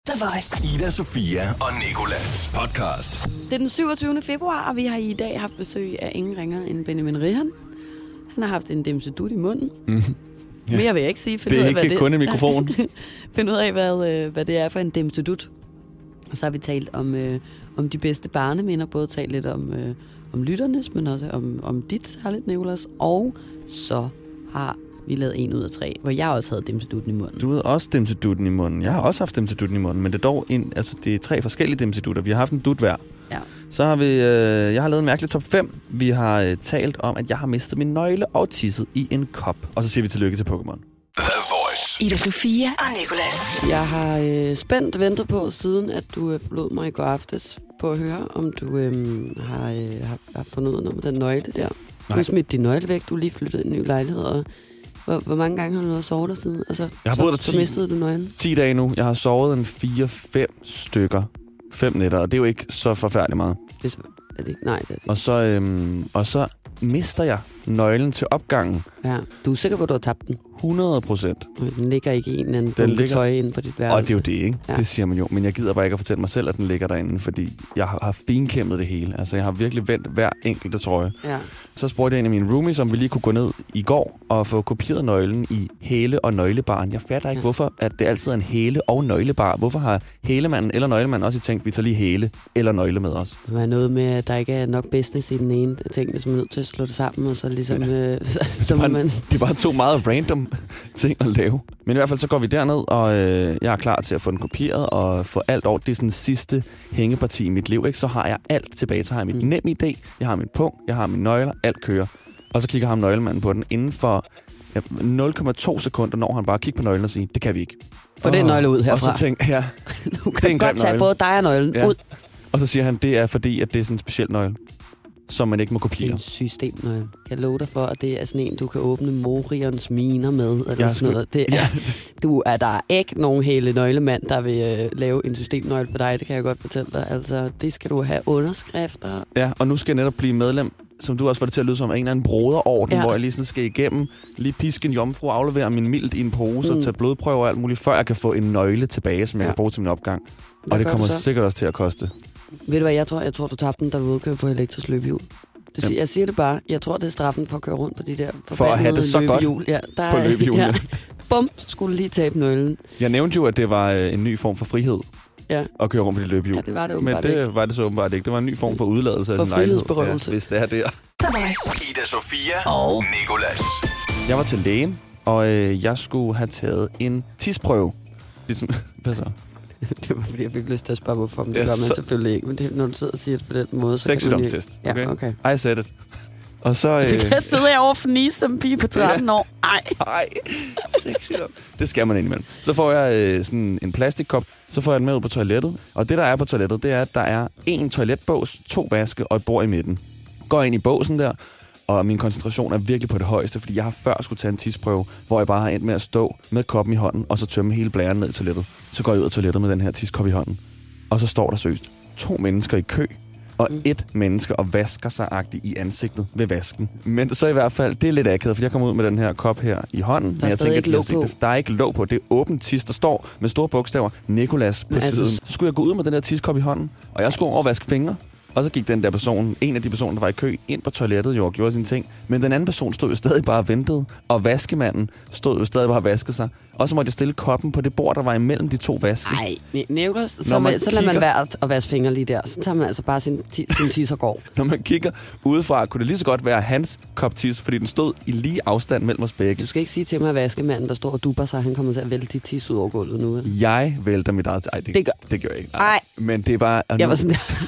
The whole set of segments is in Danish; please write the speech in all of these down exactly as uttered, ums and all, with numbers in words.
The Voice. Ida, Sofia og Nicolas podcast. Det er den syvogtyvende februar, og vi har i dag haft besøg af ingen ringer end Benjamin Rihan. Han har haft en dimsedut i munden. Mm-hmm. Ja. Mere vil jeg ikke sige. Find det er ud af, ikke hvad kun en mikrofon. Find ud af, hvad, hvad det er for en dimsedut. Og så har vi talt om, øh, om de bedste barneminder. Både talt lidt om, øh, om lytternes, men også om, om dit særligt, Nicolas. Og så har vi lavet en ud af tre, hvor jeg også havde dimsedutten i munden. Du havde også dimsedutten i munden. Jeg har også haft dimsedutten i munden, men det er dog en, altså det er tre forskellige dimsedutter. Vi har haft en dut hver. Ja. Så har vi, øh, jeg har lavet en mærkelig top fem. Vi har øh, talt om, at jeg har mistet min nøgle og tisset i en kop. Og så siger vi tillykke til Pokémon. The Voice. Ida, Sofia og Nicolas. Jeg har øh, spændt ventet på, siden at du øh, forlod mig i går aftes, på at høre, om du øh, har, øh, har, har fundet noget med den nøgle der. Du har smidt din nøgle væk, du er lige flyttet i en ny lejlighed, og hvor, hvor mange gange har du noget at sove der siden? Altså, jeg har så, boet der så ti, mistede du nøglen. ti dage nu. Jeg har sovet en fire fem stykker. Fem nætter, og det er jo ikke så forfærdeligt meget. Det er det ikke. Nej, det er det. Og så, øhm, og så mister jeg nøglen til opgangen. Ja, du er sikker på, at du har tabt den? hundrede procent. Den ligger ikke i en eller anden bunke ligger... tøj inde på dit værelse. Og det er jo det, ikke? Ja. Det siger man jo. Men jeg gider bare ikke at fortælle mig selv, at den ligger derinde, fordi jeg har finkæmmet det hele. Altså, jeg har virkelig vendt hver enkelte trøje. Ja. Så spurgte jeg en af mine roomies, om vi lige kunne gå ned i går og få kopieret nøglen i hæle- og nøglebaren. Jeg fatter ikke, ja. hvorfor at det altid er en hæle- og nøglebar. Hvorfor har hælemanden eller nøglemanden også tænkt, at vi tager lige hæle eller nøgle med os? Det er noget med, at der ikke er nok business i den ene. Jeg tænkte, at man er nødt til at slå det sammen, og så ligesom... Ja. Øh, så det, er man... det er bare to meget random ting at lave. Men i hvert fald så går vi derned, og øh, jeg er klar til at få den kopieret og få alt over. Det er sådan sidste hængeparti i mit liv, ikke? Så har jeg alt tilbage. Så har jeg mit mm. NemID, jeg har min punkt, jeg har mine nøgler, alt kører. Og så kigger ham nøglemanden på den inden for ja, nul komma to sekunder, når han bare kigger på nøglen og siger, det kan vi ikke. Få den nøgle ud herfra. Og så tænker jeg, ja, du kan godt tage både dig og nøglen ja. ud. Og så siger han, det er fordi, at det er sådan en speciel nøgle, som man ikke må kopiere. En systemnøgle. Jeg lover dig for, at det er sådan en, du kan åbne Morions miner med. Eller sådan sku... noget. Det er, ja. du, er der ikke nogen hele nøglemand, der vil øh, lave en systemnøgle for dig. Det kan jeg godt fortælle dig. Altså, det skal du have underskrifter. Ja, og nu skal jeg netop blive medlem, som du også får det til at lyde som en eller anden broderorden, ja. hvor jeg lige sådan skal igennem, lige piske en jomfru, aflevere min mild i en pose, mm. og tage blodprøver og alt muligt, før jeg kan få en nøgle tilbage, som jeg ja. kan bruge til min opgang. Hvad og det kommer sikkert også til at koste. Ved du hvad, jeg tror, jeg tror du tabte den, da du var ude købe for elektrisk løbehjul. Du siger, jeg siger det bare. Jeg tror, det er straffen for at køre rundt på de der for at have det så løbehjul. godt ja, der på løbehjul. Ja. Bum, så skulle du lige tabe nøglen. Jeg nævnte jo, at det var en ny form for frihed ja. at køre rundt på de løbehjul. Ja, det var det åbenbart Men det ikke. var det så åbenbart ikke. Det var en ny form for udladelse for af sin lejlighed. For frihedsberøvelse. Ja, hvis det er der. Ida, Sofia og Nicolas. Jeg var til lægen, og øh, jeg skulle have taget en tisprøve. Ligesom, hvad så? Det var fordi, jeg fik lyst til at spørge, hvorfor, men det ja, gør man så... selvfølgelig ikke. Men det, når du sidder og siger det på den måde, så sexsygdomstest. Kan man okay? Ja, okay. I said it. Og så... Øh... Så kan jeg sidde herovre og fnise som pige på tretten år. Ej. Ej, sexsygdom. Det skal man indimellem. Så får jeg øh, sådan en plastikkop, så får jeg den med ud på toilettet. Og det, der er på toilettet, det er, at der er en toiletbås, to vaske og et bord i midten. Går ind i båsen der, og min koncentration er virkelig på det højeste, fordi jeg har før skulle tage en tisprøve, hvor jeg bare har endt med at stå med koppen i hånden, og så tømme hele blæren ned i toilettet. Så går jeg ud af toilettet med den her tiskop i hånden. Og så står der seriøst to mennesker i kø, og mm. et menneske og vasker sig agtigt i ansigtet ved vasken. Men så i hvert fald, det er lidt akavet, for jeg kommer ud med den her kop her i hånden. Der er, jeg tænker, ikke låg på. Der er ikke låg på. Det er åbent tis, der står med store bogstaver Nicolas på altså... siden. Så skulle jeg gå ud med den her tiskop i hånden, og jeg skulle over og vaske fingre. Og så gik den der person, en af de personer, der var i kø, ind på toilettet jo og gjorde sine ting. Men den anden person stod jo stadig bare og ventede, og vaskemanden stod jo stadig bare og vaskede sig. Og så måtte jeg stille koppen på det bord, der var imellem de to vaske. Nej, Nicolas, så, så lader kigger... man være at vaske fingre lige der. Så tager man altså bare sin, sin tis og går. Når man kigger udefra, kunne det lige så godt være hans kop tis, fordi den stod i lige afstand mellem os begge. Du skal ikke sige til mig, at vaskemanden, der står og duber sig, han kommer til at vælte dit tis ud over gulvet nu. Eller? Jeg vælter mit eget. Ej, det, det, gør. det gør jeg ikke. Nej. Men det er bare... Jeg var sådan der.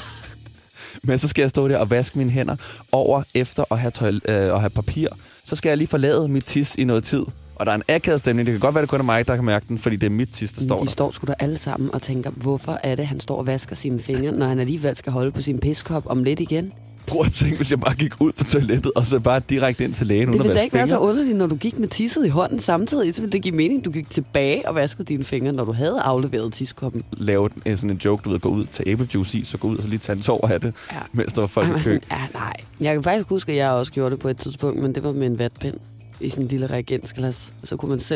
Men så skal jeg stå der og vaske mine hænder over efter at have, tøj, øh, at have papir. Så skal jeg lige forlade mit tis i noget tid. Og der er en akavet stemning. Det kan godt være, det kun er mig, der kan mærke den, fordi det er mit tis, der står der. De står sgu da alle sammen og tænker, hvorfor er det, han står og vasker sine fingre, når han alligevel skal holde på sin piskop om lidt igen? Prøv at tænke, hvis jeg bare gik ud fra toilettet, og så bare direkte ind til lægen uden at vaske fingre. Det ville ikke være så fingre. underligt, når du gik med tisset i hånden samtidig. Så ville det give mening, du gik tilbage og vaskede dine fingre, når du havde afleveret tiskoppen. Lave sådan en joke, du ved, gå ud, tage æblejuice i, så gå ud og så lige tage en tår og have det, ja. mens der var folk Ej, i kø. Ja, nej. Jeg kan faktisk huske, at jeg også gjorde det på et tidspunkt, men det var med en vatpind i sådan en lille reagensglas. Så kunne man selv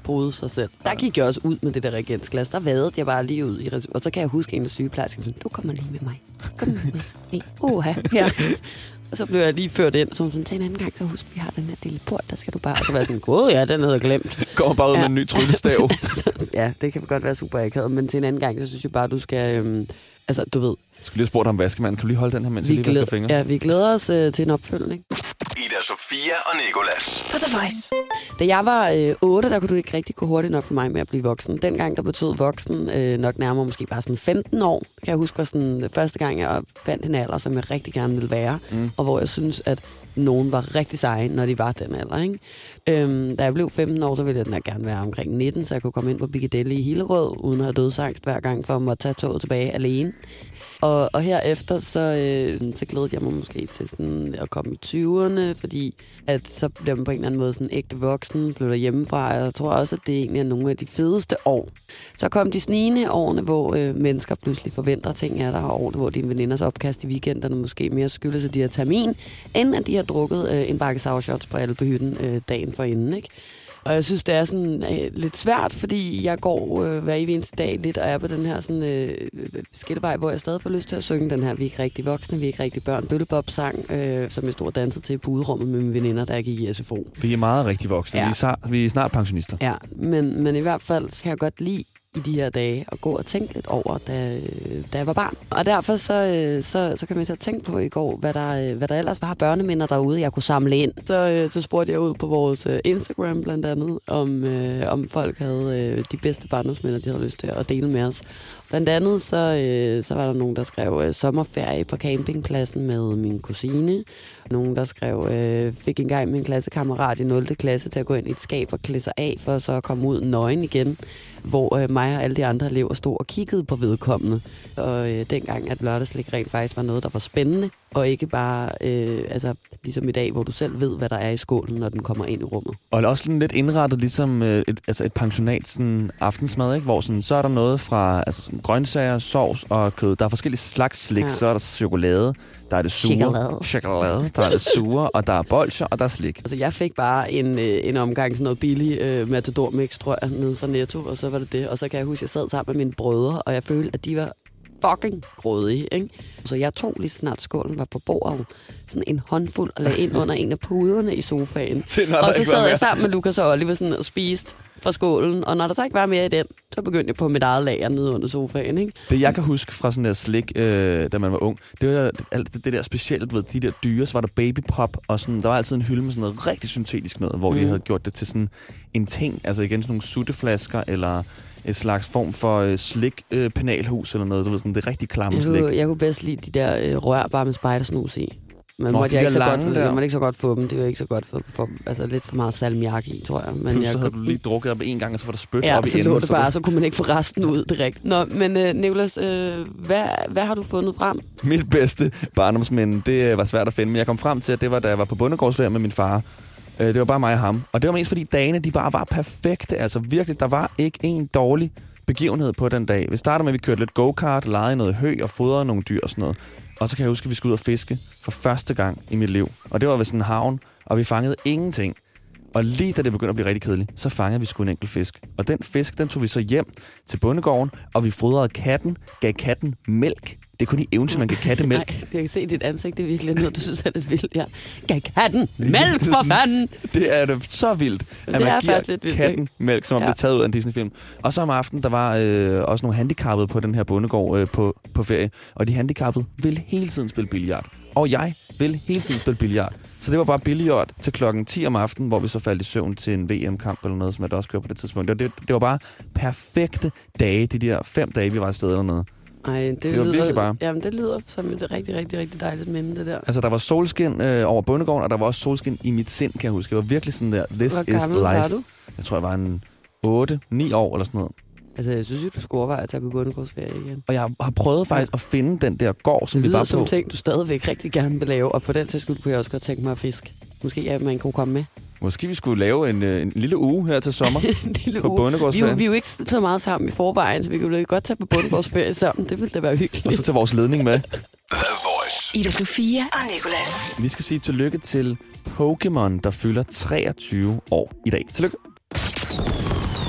bryde sig selv. Der gik jeg også ud med det der reagensglas. Der vadede jeg bare lige ud i receptionen. Og så kan jeg huske en af sygeplejerskerne, du kommer lige med mig. Kom med mig. Hey, oha, ja. Og så blev jeg lige ført ind, og så sådan, til en anden gang, så husk, vi har den her lille port, der skal du bare... Og så var jeg sådan, god, ja, den havde jeg glemt. Kommer bare ud ja. med en ny tryllestav. Ja, det kan godt være super akavet, men til en anden gang, så synes jeg bare, du skal... Øhm, altså, du ved... Jeg skulle lige have spurgt ham, vaskemanden, kan du lige holde den her, mens vi jeg lige vasker fingre? Ja, vi glæder os øh, til en opfølgning. Ida Sofia og Nicolas. På The Voice. Da jeg var øh, otte, der kunne du ikke rigtig gå hurtigt nok for mig med at blive voksen. Dengang, der betød voksen øh, nok nærmere måske bare sådan femten år. Kan jeg huske, var sådan første gang, jeg fandt en alder, som jeg rigtig gerne ville være. Mm. Og hvor jeg synes, at nogen var rigtig seje, når de var den alder, ikke? Øhm, da jeg blev femten år, så ville jeg den gerne være omkring nitten, så jeg kunne komme ind på Piccadilly i Hillerød, uden at have dødsangst hver gang, for at måtte tage toget tilbage alene. Og, og herefter, så, øh, så glædede jeg mig måske til sådan at komme i tyverne, fordi at så bliver man på en eller anden måde sådan ægte voksen, flytter hjemmefra, og jeg tror også, at det egentlig er nogle af de fedeste år. Så kom de snigende årene, hvor øh, mennesker pludselig forventer ting af dig, og årene, hvor dine veninders opkast i weekenderne måske mere skyldes, at de har termin, end at de har drukket øh, en bakke savshots på Alpehytten øh, dagen forinden, ikke? Og jeg synes, det er sådan øh, lidt svært, fordi jeg går øh, hver eneste dag lidt, og er på den her sådan, øh, skillevej, hvor jeg stadig får lyst til at synge den her Vi er ikke rigtig voksne, vi er ikke rigtig børn, Bøllebop-sang, øh, som jeg stod og dansede til på uderummet med mine veninder, der jeg gik i S F O. Vi er meget rigtig voksne. Ja. Vi, er snart, vi er snart pensionister. Ja, men, men i hvert fald skal jeg godt lide i de her dage og gå og tænke lidt over, da, da jeg var barn. Og derfor så, så, så kan man så tænke på i går, hvad der, hvad der ellers var børneminder derude, jeg kunne samle ind. Så, så spurgte jeg ud på vores Instagram blandt andet, om, øh, om folk havde øh, de bedste barndomsminder, de havde lyst til at dele med os. Blandt andet så, øh, så var der nogen, der skrev øh, sommerferie på campingpladsen med min kusine. Nogen, der skrev, øh, fik engang min klassekammerat i nul klasse til at gå ind i et skab og klæde sig af, for så at komme ud nøgen igen, hvor øh, mig og alle de andre elever stod og kiggede på vedkommende. Og øh, dengang, at lørdagslik rent faktisk var noget, der var spændende, og ikke bare øh, altså, ligesom i dag, hvor du selv ved, hvad der er i skålen, når den kommer ind i rummet. Og også lidt indrettet ligesom øh, et, altså et pensionat sådan aftensmad, ikke? Hvor sådan, så er der noget fra altså, grøntsager, sovs og kød. Der er forskellige slags slik, ja. Så er der chokolade, der er det sure, chokolade, chokolade der er det sure, og der er bolcher, og der er slik. Altså jeg fik bare en, øh, en omgang sådan noget billig øh, Matador Mix, tror jeg, nede fra Netto, og så var det det. Og så kan jeg huske, at jeg sad sammen med mine brødre, og jeg følte, at de var fucking grådige, ikke? Så jeg tog lige snart skålen var på bordet, sådan en håndfuld, og lagde ind under en af puderne i sofaen. Og så sad jeg sammen med Lukas og Oliver sådan og spiste fra skålen, og når der så ikke var mere i den, så begyndte jeg på mit eget lager nede under sofaen, ikke? Det jeg kan huske fra sådan der slik, øh, da man var ung, det var alt det, det der specielt, ved de der dyre, så var der baby pop, og sådan, der var altid en hylde med sådan noget rigtig syntetisk noget, hvor mm. de havde gjort det til sådan en ting, altså igen sådan nogle sutteflasker, eller et slags form for øh, slik-penalhus, øh, eller noget, du ved, sådan det rigtig klamme slik. Jeg, jeg kunne bedst lide de der øh, rør, bare med spejdersnus i. Men Nå, måtte jeg, ikke så godt, jeg måtte ikke så godt få dem. Det var ikke så godt for, for altså lidt for meget salmiak i, tror jeg. Men Plus, jeg så havde du lige drukket op en gang, og så var der spyt ja, op i enden. Ja, så lå det bare, så kunne man ikke få resten ud direkt. Nå, men øh, Nicolas, øh, hvad, hvad har du fundet frem? Mit bedste barndomsminde, det var svært at finde, men jeg kom frem til, at det var, da jeg var på bondegårdsferie med min far. Øh, det var bare mig og ham. Og det var mest fordi dagene, de bare var perfekte. Altså virkelig, der var ikke en dårlig begivenhed på den dag. Vi startede med, at vi kørte lidt go-kart, legede noget hø og fodrede nogle dyr og sådan noget. Og så kan jeg huske, at vi skulle ud og fiske for første gang i mit liv. Og det var ved sådan en havn, og vi fangede ingenting. Og lige da det begyndte at blive rigtig kedeligt, så fangede vi sgu en enkelt fisk. Og den fisk, den tog vi så hjem til bondegården, og vi fodrede katten, gav katten mælk. Det er kun i eventyr, man kan katte mælk. Nej, jeg kan se dit ansigt, det er virkelig noget, du synes er lidt vildt. Ja. Gav katten mælk, for fanden! Det er det så vildt, at det man giver lidt vildt, katten mælk, som om ja. Det er taget ud af en Disney-film. Og så om aftenen, der var øh, også nogle handicappede på den her bondegård øh, på, på ferie. Og de handicappede ville hele tiden spille billard. Og jeg ville hele tiden spille billard. Så det var bare billard til klokken ti om aftenen, hvor vi så faldt i søvn til en V M-kamp eller noget, som jeg da også kørte på det tidspunkt. Det, det, det var bare perfekte dage, de der fem dage, vi var afsted eller noget. Ej, det, det var lyder, virkelig bare... Jamen, det lyder som et rigtig, rigtig, rigtig dejligt minde, det der. Altså, der var solskin øh, over bondegården, og der var også solskin i mit sind, kan jeg huske. Det var virkelig sådan der, this Hvor is life. Var du? Jeg tror, jeg var en otte ni år eller sådan noget. Altså, jeg synes jo, du skulle overveje at tage på bondegårdsferie igen. Og jeg har prøvet faktisk at finde den der gård, som vi var på. Det lyder som ting, du stadigvæk rigtig gerne vil lave, og på den tilskud kunne jeg også godt tænke mig at fiske. Måske at man kunne komme med. Måske vi skulle lave en, en lille uge her til sommer på bondegårdsferie. Vi, vi er jo ikke så meget sammen i forvejen, så vi kunne godt tage på bondegårdsferie sammen. Det ville da være hyggeligt. Og så tage vores ledning med. The Voice. Ida Sofia og Nicolas. Vi skal sige tillykke til Pokémon, der fylder treogtyve år i dag. Tillykke.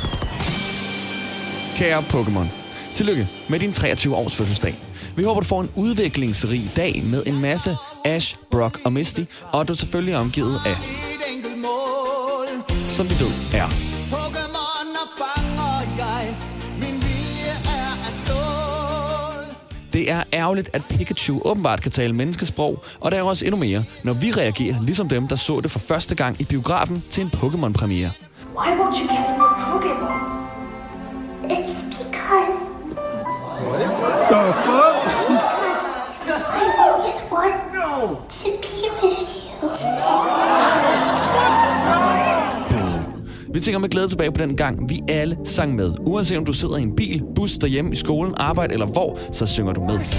Kære Pokémon, tillykke med din treogtyve års fødselsdag. Vi håber, du får en udviklingsrig dag med en masse Ash, Brock og Misty, og at du selvfølgelig er omgivet af, som vi ved, er det er ærgerligt, at Pikachu åbenbart kan tale menneskesprog, og der er også endnu mere, når vi reagerer ligesom dem, der så det for første gang i biografen til en Pokémon-premiere. Why won't you get more Pokemon? It's because... The fuck? I always want to be with you. Vi tænker med glæde tilbage på den gang, vi alle sang med. Uanset om du sidder i en bil, bus, derhjemme, i skolen, arbejde eller hvor, så synger du med.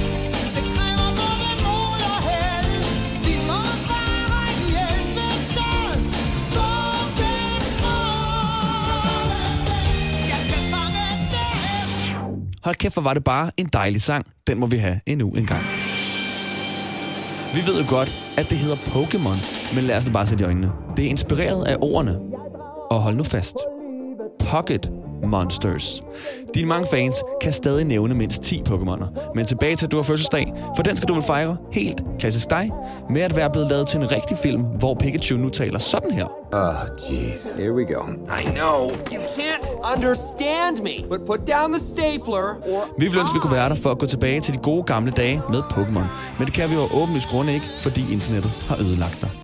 Hold kæft, hvor var det bare en dejlig sang. Den må vi have endnu en gang. Vi ved jo godt, at det hedder Pokémon, men lad os nu bare sætte i øjnene. Det er inspireret af ordene. Og hold nu fast. Pocket Monsters. Dine mange fans kan stadig nævne mindst ti Pokémoner. Men tilbage til, at du har fødselsdag, for den skal du vel fejre helt klassisk dig, med at være blevet lavet til en rigtig film, hvor Pikachu nu taler sådan her. Oh, jeez. Here we go. I know. You can't understand me, but put down the stapler, or Vi ville ønske, vi kunne være der for at gå tilbage til de gode gamle dage med Pokémon. Men det kan vi jo åbenlyst grunde ikke, fordi internettet har ødelagt dig.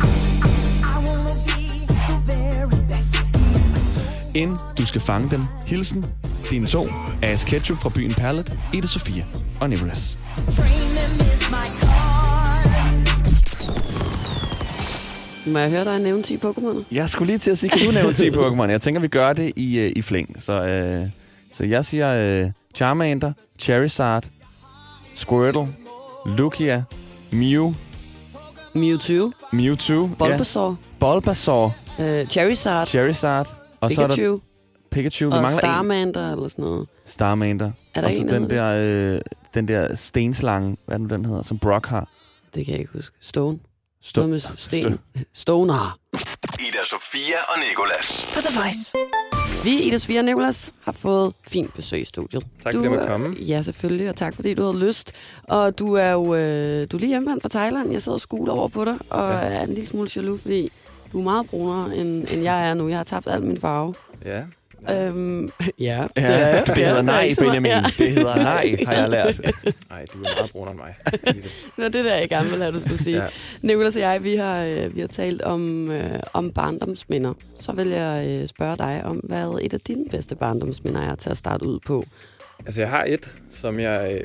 Inden du skal fange dem, hilsen dine to, Ash Ketchum fra byen Pallet, Ida Sofia og Nicholas. Må jeg høre dig nævne ti Pokémoner? Jeg skulle lige til at sige, kan du nævne ti Pokémon? Jeg tænker, vi gør det i, uh, i flæng. Så, uh, så jeg siger uh, Charmander, Charizard, Squirtle, Lugia, Mew, Mewtwo, Mewtwo, Bulbasaur, ja, Bulbasaur, øh, Charizard, Charizard, og Pikachu, så er der Pikachu. Vi og mangler Starmander eller sådan noget. en. Starmander. Er der og så en, den der, øh, den der stenslange, hvad er det nu, den hedder, som Brock har. Det kan jeg ikke huske. Stone. Sto- Noget med sten. Stoner. Ida Sofia og Nicholas. På The Voice. Vi, Ida Sofia og Nicholas, har fået fint besøg i studiet. Tak du, fordi jeg måtte komme. Ja, selvfølgelig, og tak fordi du havde lyst. Og du er jo øh, du er lige hjemvendt fra Thailand. Jeg sidder og skuler over på dig, og ja. er en lille smule jaloux, fordi du er meget brunere, end, end jeg er nu. Jeg har tabt al min farve. Ja. Øhm, ja, Ja, det, det hedder nej, Benjamin. Ja. Det hedder nej, har jeg lært. Nej, du er meget brunere end mig. Nå, det der, jeg gerne vil have, du skulle sige. Ja. Nicholas og jeg, vi har, øh, vi har talt om, øh, om barndomsminder. Så vil jeg øh, spørge dig om, hvad et af dine bedste barndomsminder er til at starte ud på. Altså, jeg har et, som jeg...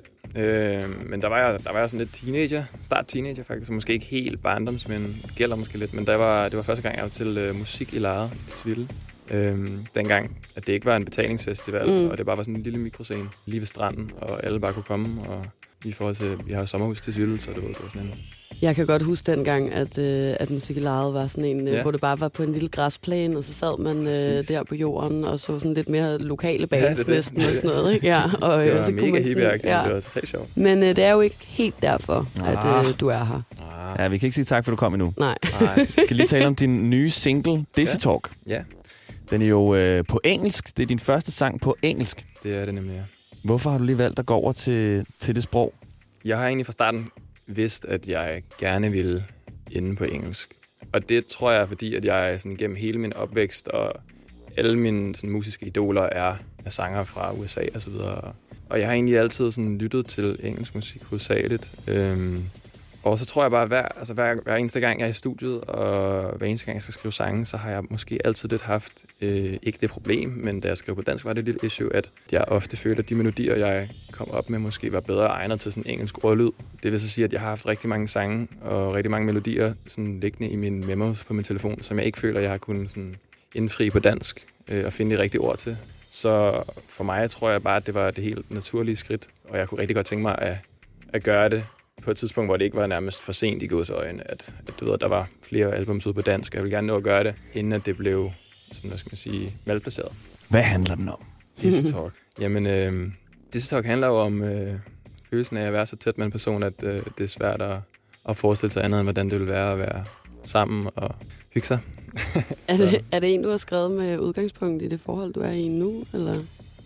Øh, øh, men der var, jeg, der var jeg sådan lidt teenager. Start teenager, faktisk. Så måske ikke helt barndoms, men det gælder måske lidt. Men der var, det var første gang, jeg var til øh, musik i Lejre i Tisvilde. Øhm, dengang, at det ikke var en betalingsfestival, mm. og det bare var sådan en lille mikroscene lige ved stranden, og alle bare kunne komme, og i forhold til, vi har sommerhus til Tisvilde, så det var, det var sådan en... Jeg kan godt huske dengang, at, øh, at musik i Lejre var sådan en, øh, Ja. hvor det bare var på en lille græsplæne, og så sad man øh, der på jorden, og så sådan lidt mere lokale bands Ja, det er næsten det. og sådan noget, ikke? Ja, og, Det øh, var så kunne mega man hippie, ja. det var totalt sjovt. Men øh, det er jo ikke helt derfor, at øh, du er her. Ah, Ja, vi kan ikke sige tak, for du kom endnu. Nej. nej. Vi skal lige tale om din nye single, Dizzy Talk. Ja, Den er jo øh, på engelsk. Det er din første sang på engelsk. det er det nemlig, ja. Hvorfor har du lige valgt at gå over til, til det sprog? Jeg har egentlig fra starten vidst, at jeg gerne ville ende på engelsk. Og det tror jeg, fordi at jeg sådan, gennem hele min opvækst og alle mine sådan, musiske idoler er, er sanger fra U S A og så videre. Og jeg har egentlig altid sådan, lyttet til engelsk musik hovedsageligt. Øhm, og så tror jeg bare, at hver, altså, hver, hver eneste gang jeg er i studiet, og hver eneste gang jeg skal skrive sange, så har jeg måske altid lidt haft, øh, ikke det problem, men da jeg skrev på dansk, var det et lille issue, at jeg ofte følte, at de melodier, jeg kom op med, måske var bedre egnet til sådan en engelsk ordlyd. Det vil så sige, at jeg har haft rigtig mange sange og rigtig mange melodier sådan liggende i mine memos på min telefon, som jeg ikke føler, jeg har kunnet sådan indfri på dansk øh, og finde de rigtige ord til. Så for mig tror jeg bare, at det var det helt naturlige skridt, og jeg kunne rigtig godt tænke mig at, at gøre det på et tidspunkt, hvor det ikke var nærmest for sent i gåseøjne, at, at du ved, der var flere albums ude på dansk, og jeg ville gerne nå at gøre det, inden at det blev, sådan, hvad skal man sige, malplaceret. Hvad handler den om? Dizzy Talk. Jamen, øh, Dizzy Talk handler jo om øh, følelsen af at være så tæt med en person, at øh, det er svært at, at forestille sig andet, end hvordan det vil være at være sammen og hygge sig. Er det, er det en, du har skrevet med udgangspunkt i det forhold, du er i nu? Eller?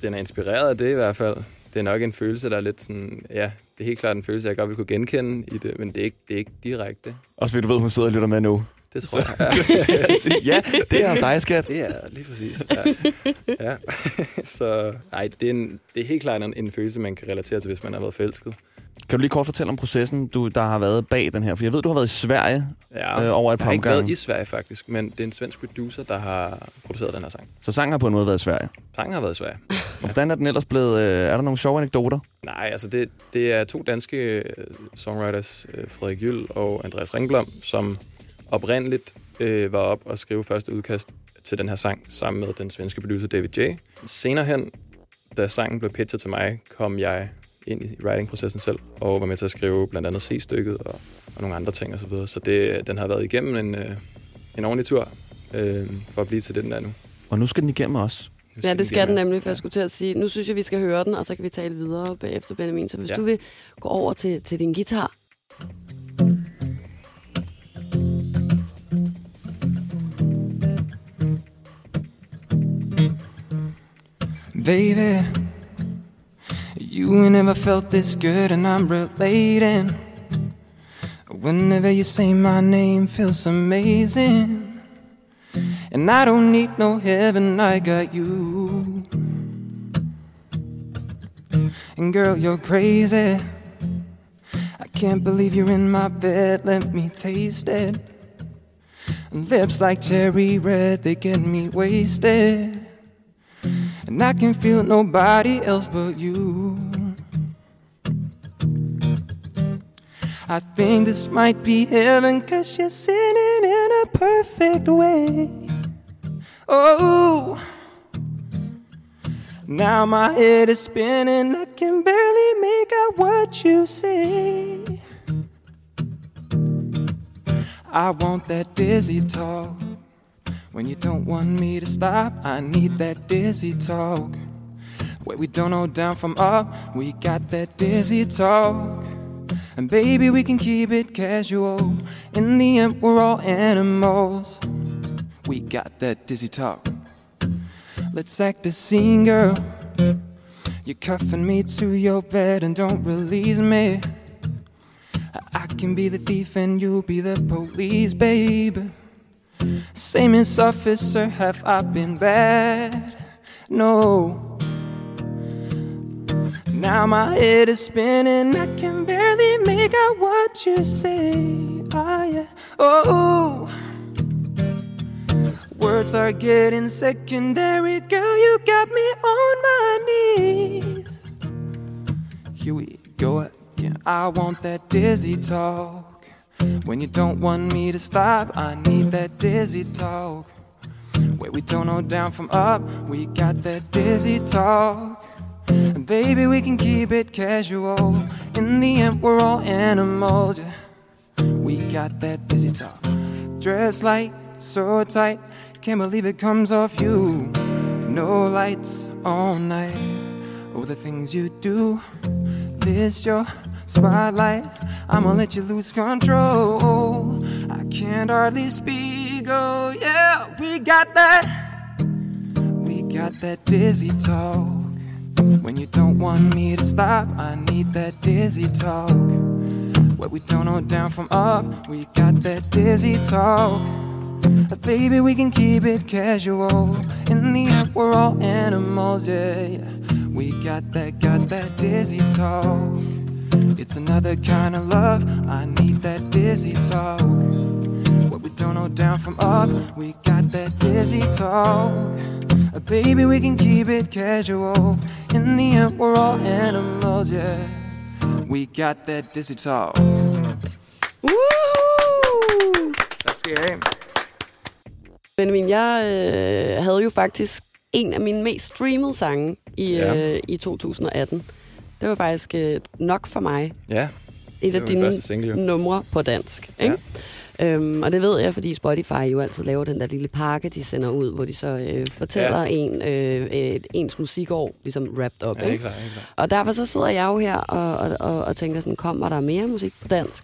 den er inspireret af det i hvert fald. Det er nok en følelse, der er lidt sådan... Ja, det er helt klart en følelse, jeg godt vil kunne genkende i det, men det er ikke, det er ikke direkte. Også fordi du ved, hun sidder og lytter med nu. Det tror jeg. Ja, ja det er om dig, skat. Det er lige præcis. Ja. Ja. Så nej, det er, en, det er helt klart en, en følelse, man kan relatere til, hvis man har været forelsket. Kan du lige kort fortælle om processen, du, der har været bag den her? For jeg ved, du har været i Sverige ja, øh, over et par omgange. Jeg har ikke været i Sverige faktisk, men det er en svensk producer, der har produceret den her sang. Så sangen har på en måde været i Sverige? Sangen har været i Sverige. Og hvordan er den ellers blevet? Øh, er der nogle sjove anekdoter? Nej, altså det, det er to danske songwriters, Frederik Jyld og Andreas Ringblom, som oprindeligt øh, var op og skrive første udkast til den her sang sammen med den svenske producer David J. Senere hen, da sangen blev pitchet til mig, kom jeg ind i writing-processen selv, og var med til at skrive blandt andet C-stykket og, og nogle andre ting osv. Så, videre. Så det, den har været igennem en, øh, en ordentlig tur øh, for at blive til det, den er nu. Og nu skal den igennem også. Ja, det skal den nemlig, for jeg skulle til at sige. Nu synes jeg, vi skal høre den, og så kan vi tale videre bagefter, Benjamin. Så hvis ja. du vil gå over til, til din guitar. Baby, you ain't never felt this good, and I'm relating. Whenever you say my name, feels amazing. And I don't need no heaven, I got you. And girl, you're crazy. I can't believe you're in my bed, let me taste it. Lips like cherry red, they get me wasted. And I can feel nobody else but you. I think this might be heaven, 'cause you're sitting in a perfect way. Oh, now my head is spinning, I can barely make out what you say. I want that dizzy talk. When you don't want me to stop, I need that dizzy talk. Where we don't know down from up, we got that dizzy talk. And baby, we can keep it casual. In the end, we're all animals. We got that dizzy talk. Let's act a scene, girl. You're cuffing me to your bed and don't release me. I can be the thief and you'll be the police, baby. Say, Miss Officer, have I been bad? No. Now my head is spinning, I can barely make out what you say. Oh, yeah. Oh, words are getting secondary. Girl, you got me on my knees. Here we go again. I want that dizzy talk. When you don't want me to stop, I need that dizzy talk. Where we don't know down from up, we got that dizzy talk. And baby, we can keep it casual. In the end, we're all animals, yeah. We got that dizzy talk. Dress like so tight, can't believe it comes off you. No lights all night. Oh, the things you do. This your spotlight, I'ma let you lose control. I can't hardly speak, oh yeah. We got that, we got that dizzy talk. When you don't want me to stop, I need that dizzy talk. Where we don't know down from up, we got that dizzy talk. Baby, we can keep it casual. In the end, we're all animals, yeah, yeah. We got that, got that dizzy talk. It's another kind of love, I need that dizzy talk. Where we don't know down from up, we got that dizzy talk. Uh, baby, we can keep it casual. In the end, we're all animals, yeah. We got that dizzy talk. Woo! Tak skal I have. Benjamin, jeg øh, havde jo faktisk en af mine mest streamede sange i, ja. øh, i to tusind og atten. Det var faktisk øh, Nok for mig. Ja. Et af dine single, numre på dansk. Ikke? Ja. Øhm, og det ved jeg, fordi Spotify jo altid laver den der lille pakke, de sender ud, hvor de så øh, fortæller ja. en øh, et, ens musikår ligesom wrapped up. Ja, ikke? Klar, klar. Og derfor så sidder jeg jo her og, og, og, og tænker sådan, kommer der mere musik på dansk?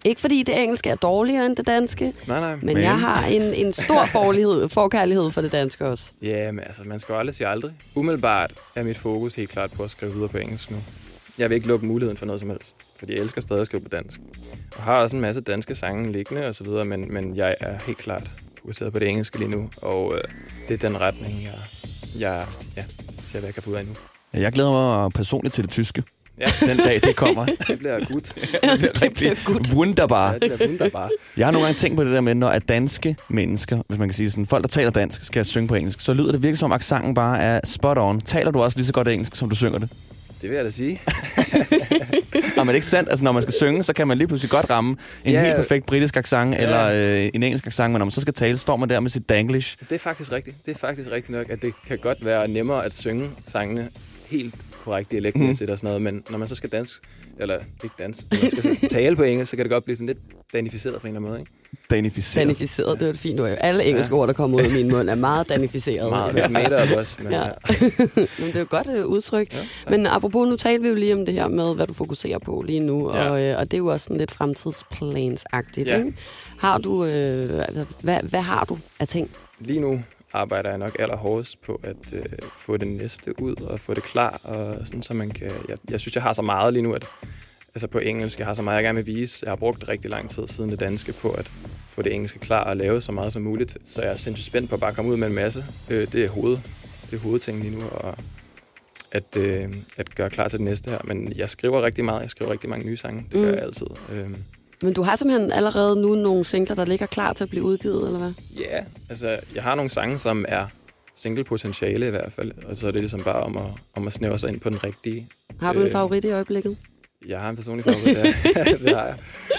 Ikke fordi det engelske er dårligere end det danske, Nej, nej. men, men jeg har en, en stor forlighed, forkærlighed for det danske også. Ja, men altså, man skal jo aldrig sige aldrig. Umiddelbart er mit fokus helt klart på at skrive videre på engelsk nu. Jeg vil ikke lukke muligheden for noget som helst, fordi jeg elsker stadig at skrive på dansk. Og har også en masse danske sange liggende og så videre, men, men jeg er helt klart fokuseret på det engelske lige nu, og øh, det er den retning, jeg, jeg ja, ser, hvad jeg kan få ud af nu. Jeg glæder mig personligt til det tyske. Ja. Den dag, det kommer. Det bliver godt. Det bliver rigtig wunderbar. Ja, det bliver wunderbar. Jeg har nogle gange tænkt på det der med, når at danske mennesker, hvis man kan sige sådan, folk, der taler dansk, skal synge på engelsk, så lyder det virkelig som, accenten bare er spot on. Taler du også lige så godt engelsk, som du synger det? Det vil jeg da sige. Jamen, det er ikke sandt. Altså, når man skal synge, så kan man lige pludselig godt ramme en ja, helt perfekt britisk accent, ja. eller øh, en engelsk accent, men når man så skal tale, står man der med sit danglish. Det er faktisk rigtigt. Det er faktisk rigtigt nok, at det kan godt være nemmere at synge sangene helt korrekt dialektmæssigt mm. og sådan noget, men når man så skal dansk, eller ikke dansk, men man skal tale på engelsk, så kan det godt blive sådan lidt danificeret på en eller anden måde, ikke? Danificeret. Danificeret, det er et fint ord. Alle engelske ja. ord, der kommer ud af min mund, er meget danificeret. Meget made også. Men, ja. ja. Men det er jo godt uh, udtryk. Ja, men apropos, nu talte vi jo lige om det her med, hvad du fokuserer på lige nu, ja. og, øh, og det er jo også sådan lidt fremtidsplansagtigt. Ja. Ikke? Har du, øh, altså, hvad, hvad har du af ting? Lige nu arbejder jeg nok allerhårdest på at øh, få det næste ud og få det klar, og sådan, så man kan... Jeg, jeg synes, jeg har så meget lige nu, at altså på engelsk, jeg har så meget, jeg gerne vil vise. Jeg har brugt rigtig lang tid siden det danske på at få det engelske klar og lave så meget som muligt. Så jeg er sindssygt spændt på at bare komme ud med en masse. Øh, det er hoved, det er hovedting lige nu, og at, øh, at gøre klar til det næste her. Men jeg skriver rigtig meget. Jeg skriver rigtig mange nye sange. Det gør mm. jeg altid. Øh, Men du har simpelthen allerede nu nogle singler, der ligger klar til at blive udgivet, eller hvad? Ja, yeah, altså jeg har nogle sange, som er single-potentiale i hvert fald. Og så er det ligesom bare om at, om at snævre sig ind på den rigtige. Har du en øh, favorit i øjeblikket? Jeg har en personlig favorit, ja. Det har jeg.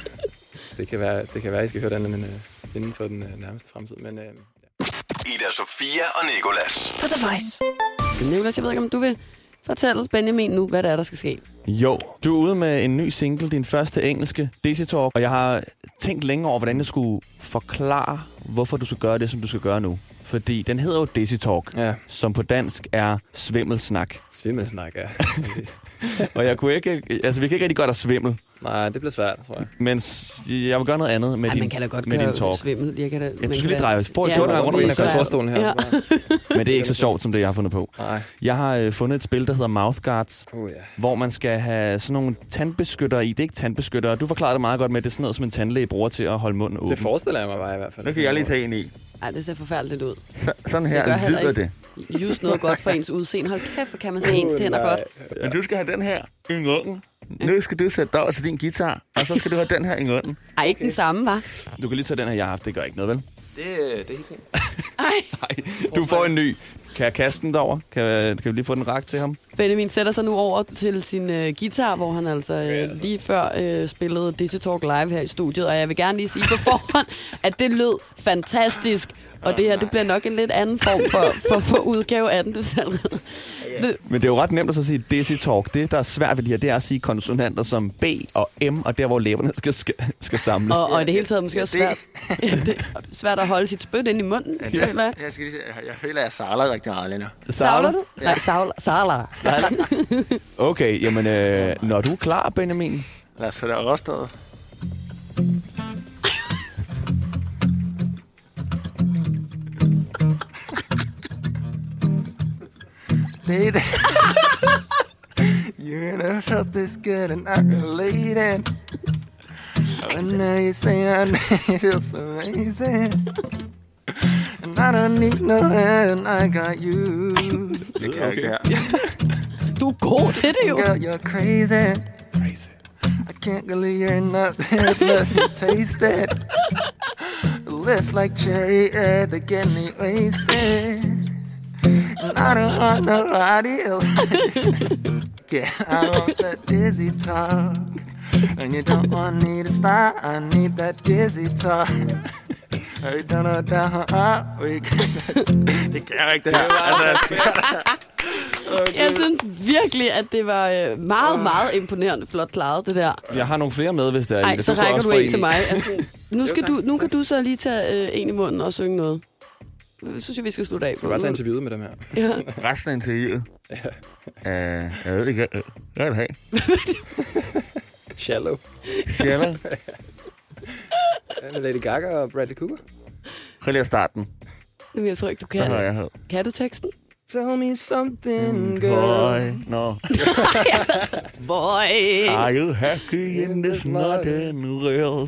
Det kan være, det kan være, at I skal høre den men, uh, inden for den uh, nærmeste fremtid. Men, uh, ja. Ida Sofia og Nicolas. På The Voice. Nicolas, jeg ved ikke, om du vil fortælle Benjamin nu, hvad der er, der skal ske. Jo, du er ude med en ny single, din første engelske, Dizzy Talk, og jeg har tænkt længe over, hvordan jeg skulle forklare, hvorfor du skal gøre det, som du skal gøre nu. Fordi den hedder jo Dizzy Talk, ja. Som på dansk er svimmelsnak. Svimmelsnak, ja. Og jeg kunne ikke, altså vi kan ikke rigtig godt at svimmel. Nej, det bliver svært, tror jeg. Men jeg vil gøre noget andet med, Ej, din, man kan da godt med din talk. Svimmel. Jeg kan da, ja, du skal lige dreje. Få ja, fjorten rundt om den kontorstolen her. Ja. Men det er ikke så sjovt, som det, jeg har fundet på. Nej. Jeg har øh, fundet et spil, der hedder Mouth Guards, oh, ja. hvor man skal have sådan nogle tandbeskyttere i. Det er ikke tandbeskyttere. Du forklarede det meget godt med, at det er sådan noget, som en tandlæge bruger til at holde munden åben. Det forestiller jeg mig bare i hvert fald. Nu kan jeg lige tage en i. Ej, det ser forfærdeligt ud. Så, sådan her lyder det. Just noget godt for ens udseende. Hold kæft, for kan man se ens tænder godt. Ja. Men du skal have den her i munden. Nu skal du sætte dig over til din guitar, og så skal du have den her i munden. Ej, ikke okay. Den samme, hva'? Du kan lige tage den her, jeg har haft. Det gør ikke noget, vel? Det, det er helt fint. Ej. Ej. Du får en ny. Kan jeg kaste den derover? Kan, kan vi lige få den rak til ham? Benjamin sætter sig nu over til sin øh, guitar, hvor han altså øh, lige før øh, spillede Dizzy Talk live her i studiet. Og jeg vil gerne lige sige på forhånd, at det lød fantastisk. Og det her, det bliver nok en lidt anden form for, for, for udgave af den, du selv. Det. Men det er jo ret nemt at så sige Dizzy Talk. Det, der er svært ved det her, det er at sige konsonanter som B og M, og der, hvor læberne skal, skal, skal samles. Og, og i det hele taget måske også svært, ja, det er svært at holde sit spyt ind i munden. Ja, det, jeg, jeg, skal lige, jeg, jeg føler, at jeg savler rigtig meget lige nu. Savler du? Ja. Nej, savler. savler. Okay, jamen, øh, når du er klar, Benjamin. Lad os få det overstået. Lady, you never felt this good and I'm related. I know you say I feel so amazing. And I don't need no hand, I got you. Det kan jeg ikke her. Du er god til det jo. Girl, you're crazy. Crazy. I can't believe you're not there, let me taste it. Lips like cherry air, they get me wasted. And I don't want nobody else. Yeah, I want that dizzy talk. And you don't want me to stop, I need that dizzy talk. Hey, down, down, down, we det kan jeg ikke, det her. Altså, okay. Jeg synes virkelig, at det var meget, meget imponerende flot klaret, det der. Jeg har nogle flere med, hvis det er. Ej, så rækker du en til mig. Altså, nu, skal du, nu kan du så lige tage øh, en i munden og synge noget. Jeg synes jeg, vi skal slutte af på. Jeg vil bare tage interviewet med dem her. Ja. Resten af interviewet? Ja. Uh, jeg ved ikke, hvad vil have? Shallow. Shallow? Med Lady Gaga og Bradley Cooper. Prøv lige at starte den. Jamen, jeg tror ikke, du kan. Så har jeg hørt. Kan du teksten? Tell me something, girl. Boy, no. Boy. Are you happy in this modern world?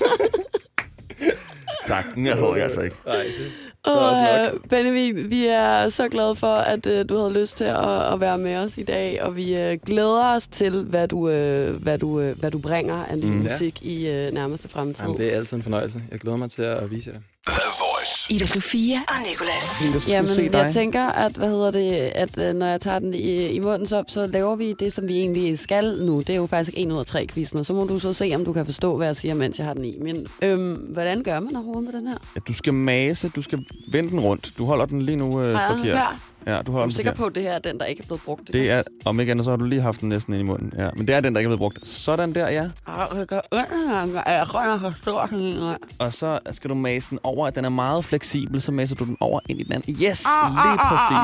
Tak, jeg får jeg altså ikke. Nej, det, det Og også uh, Benjamin, vi er så glade for, at uh, du havde lyst til at, at være med os i dag, og vi uh, glæder os til, hvad du, uh, hvad du, uh, hvad du bringer af ny mm. musik i uh, nærmeste fremtid. Jamen, det er altid en fornøjelse. Jeg glæder mig til at vise jer det. Ida Sofia og Nicolas. Jamen, jeg tænker, at, hvad hedder det, at uh, når jeg tager den i, i munden, så, så laver vi det, som vi egentlig skal nu. Det er jo faktisk en ud af tre quizzen, og så må du så se, om du kan forstå, hvad jeg siger, mens jeg har den i. Men øhm, hvordan gør man overhovedet med den her? Ja, du skal mase, du skal vende den rundt. Du holder den lige nu øh, forkert. Ja, du holder er du den sikker forkert. på, at det her er den, der ikke er blevet brugt? Det er, om ikke andet, så har du lige haft den næsten ind i munden. Ja, men det er den, der ikke er blevet brugt. Sådan der, ja. Og så skal du mase den over, at den er meget fleksibel, så maser du den over ind i den anden. Yes, lige præcis.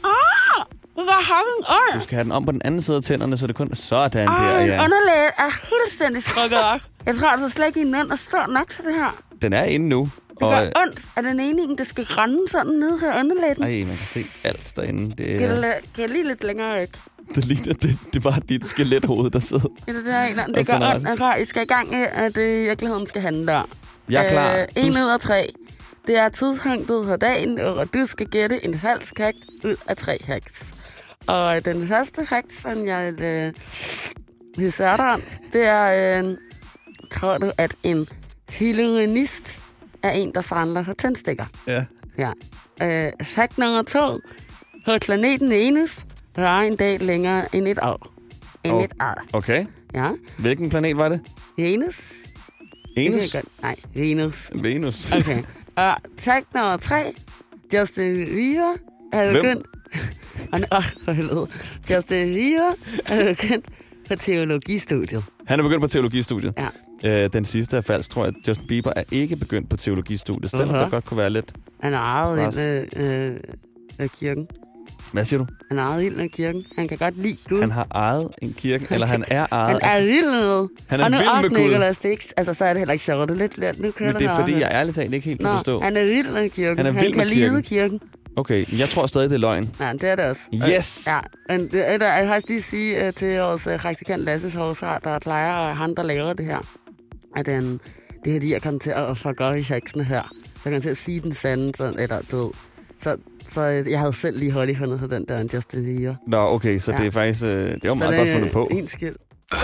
Hvad har vi en Du skal have den om på den anden side af tænderne, så det kun er sådan der, Ej, ja. en underlæg er fuldstændig skrukket op. Jeg tror altså slet ikke, at den er stor nok til det her. Den er inde nu. Det gør ondt. Er den ene en, der skal rende sådan ned her underlægen? Nej, man kan se alt derinde. Det, kan, jeg, kan jeg lige lidt længere væk? Det ligner, det, det var dit skelethoved, der sidder. Ja, det er en anden. Det gør ondt. Altså, I skal i gang med, at det i virkeligheden skal handle der. Jeg er klar. Øh, en ud af tre. Det er tidspunktet på dagen, og du skal gætte en falsk hakt ud af tre hacks. Og den første hack, som jeg øh, vil sætte dig, det er, øh, tror du, at en hygienist er en, der samler på tændstikker. Ja. Ja. Øh, hack nummer to. På planeten Venus, der er en dag længere end et år. End oh. et år. Okay. Ja. Hvilken planet var det? Venus. Venus? Nej, Venus. Venus. Okay. Og hack nummer tre. Justin Bieber er begyndt... Åh, oh, for helvede. Justin Bieber er begyndt på teologistudiet. Han er begyndt på teologistudiet? Ja. Øh, den sidste er falsk, tror jeg. Justin Bieber er ikke begyndt på teologistudiet, selvom uh-huh. der godt kunne være lidt... Han er ejet ind af øh, øh, kirken. Hvad siger du? Han er ejet ind af kirken. Han kan godt lide Gud. Han har ejet en kirke, eller han er ejet... Han er vild med. Han er vild med Gud. Nicolas, det er ikke, altså, så er det heller ikke sjovt. Det er lidt let. Nu Men det er fordi, jeg ærligt talt ikke helt kan Nå, forstå. han er vild med kirken. Han er vild han kan med kirken. lide kirken. Okay, jeg tror stadig, det er løgn. Nej, det er det også. Yes! Ja, men det, jeg har faktisk lige sige uh, til vores uh, praktikant Lasses Hovsar, der plejer, og han, der laver det her, at um, det er fordi, jeg kommer til at fuck op i hacksene her. Jeg kommer til at sige den sande, sådan, eller død. Så, så jeg havde selv lige hurtigt fundet på den der, en Justin Bieber. Nå, okay, så ja. det er faktisk, uh, det er jo meget det, godt fundet på. En skill.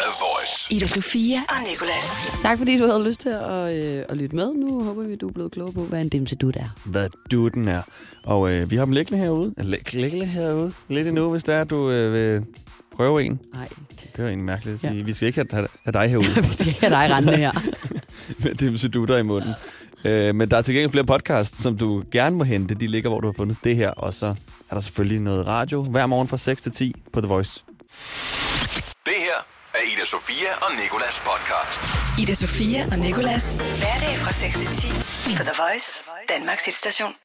Ida Sofia og Nicolas. Tak fordi du havde lyst til at, øh, at lytte med. Nu håber vi, du er blevet klog på, hvad en dimsedut er. Hvad duten er. Og øh, vi har dem liggende herude. Liggende herude. Lidt endnu, hvis det er, du øh, vil prøve en. Nej. Det er egentlig mærkeligt at sige. Ja. Ja. Vi skal ikke have, have dig herude. Vi skal ikke have dig rendende her. Med dimsedutter i munden. Øh, men der er til gengæld flere podcasts, som du gerne må hente. De ligger, hvor du har fundet det her. Og så er der selvfølgelig noget radio hver morgen fra seks til ti på The Voice. Det her er Ida Sofia og Nicolas podcast. Ida Sofia og Nicolas. Hverdag fra seks til ti på The Voice, Danmarks hitstation.